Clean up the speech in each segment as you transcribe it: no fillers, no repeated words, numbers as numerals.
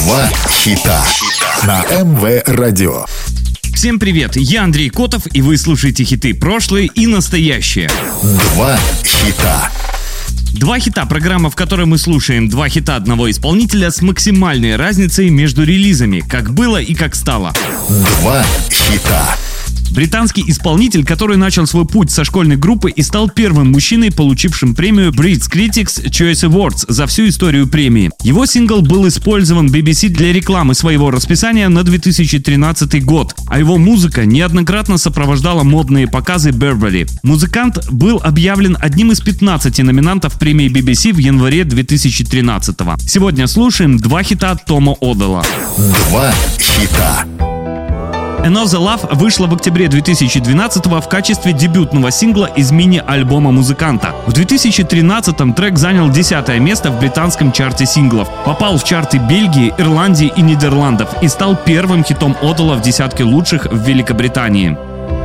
Два хита на МВ Радио. Всем привет, я Андрей Котов, и вы слушаете хиты прошлые и настоящие. Два хита. Два хита — программа, в которой мы слушаем два хита одного исполнителя с максимальной разницей между релизами, как было и как стало. Два хита. Британский исполнитель, который начал свой путь со школьной группы и стал первым мужчиной, получившим премию Brits Critics Choice Awards за всю историю премии. Его сингл был использован BBC для рекламы своего расписания на 2013 год, а его музыка неоднократно сопровождала модные показы Burberry. Музыкант был объявлен одним из 15 номинантов премии BBC в январе 2013. Сегодня слушаем два хита Тома Одделла. Два хита. Another Love вышла в октябре 2012 в качестве дебютного сингла из мини-альбома музыканта. В 2013 трек занял 10 место в британском чарте синглов, попал в чарты Бельгии, Ирландии и Нидерландов и стал первым хитом Одделла в десятке лучших в Великобритании.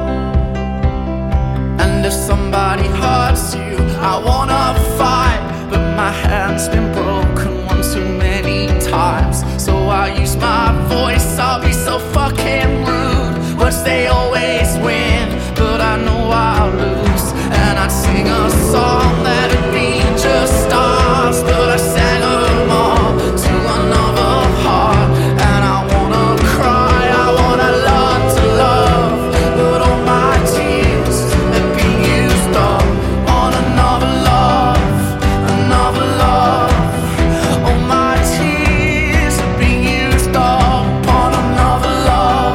They always win, but I know I'll lose. And I'd sing a song that'd be just stars, but I sang them all to another heart. And I wanna cry, I wanna learn to love, but all my tears have been used up on another love, another love. All my tears have been used up on another love.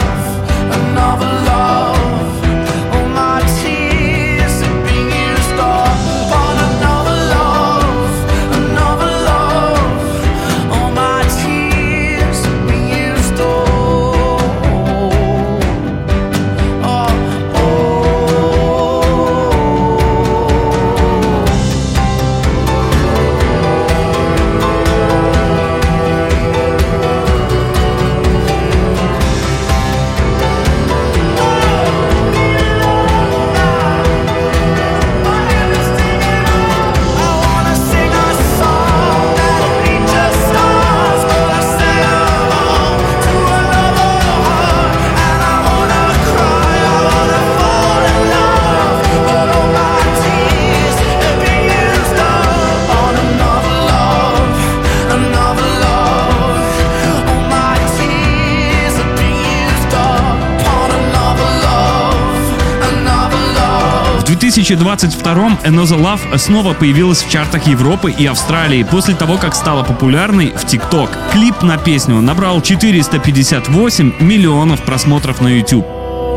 В 2022 Another Love снова появилась в чартах Европы и Австралии после того, как стала популярной в TikTok. Клип на песню набрал 458 миллионов просмотров на YouTube.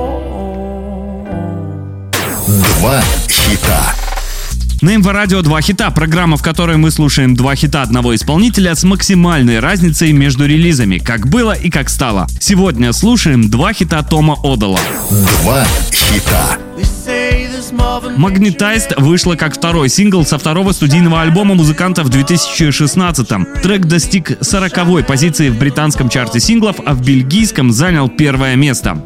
Два хита. На МВ Радио «Два хита» — программа, в которой мы слушаем два хита одного исполнителя с максимальной разницей между релизами, как было и как стало. Сегодня слушаем два хита Тома Одделла. Два хита. Magnetized вышла как второй сингл со второго студийного альбома музыканта в 2016-м. Трек достиг 40-й позиции в британском чарте синглов, а в бельгийском занял первое место.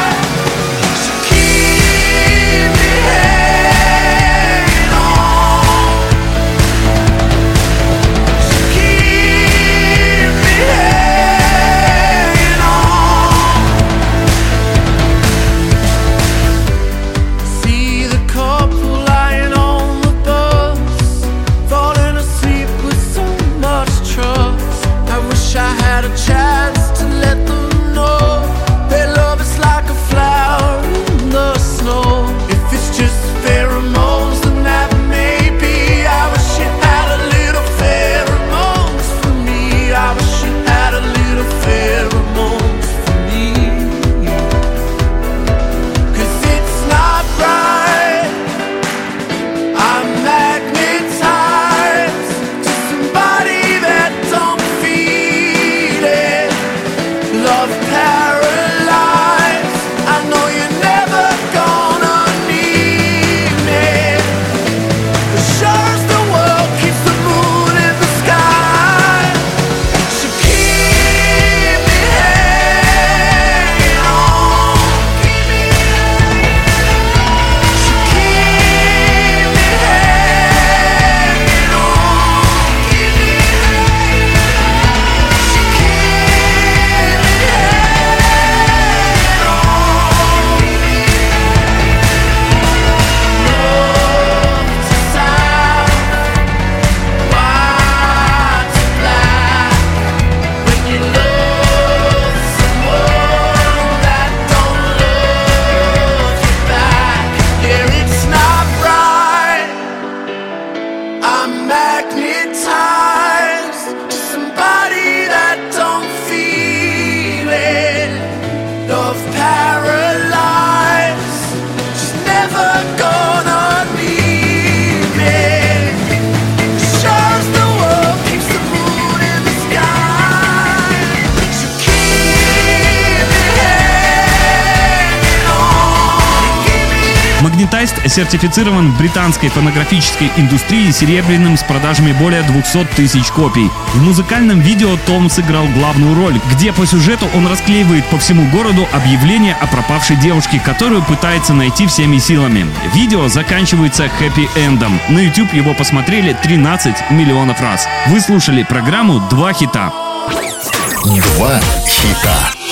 Keep me hanging on. сертифицирован в британской фонографической индустрии серебряным с продажами более 200 тысяч копий. В музыкальном видео Том сыграл главную роль, где по сюжету он расклеивает по всему городу объявление о пропавшей девушке, которую пытается найти всеми силами. Видео заканчивается хэппи-эндом. На YouTube его посмотрели 13 миллионов раз. Вы слушали программу «Два хита». Два хита.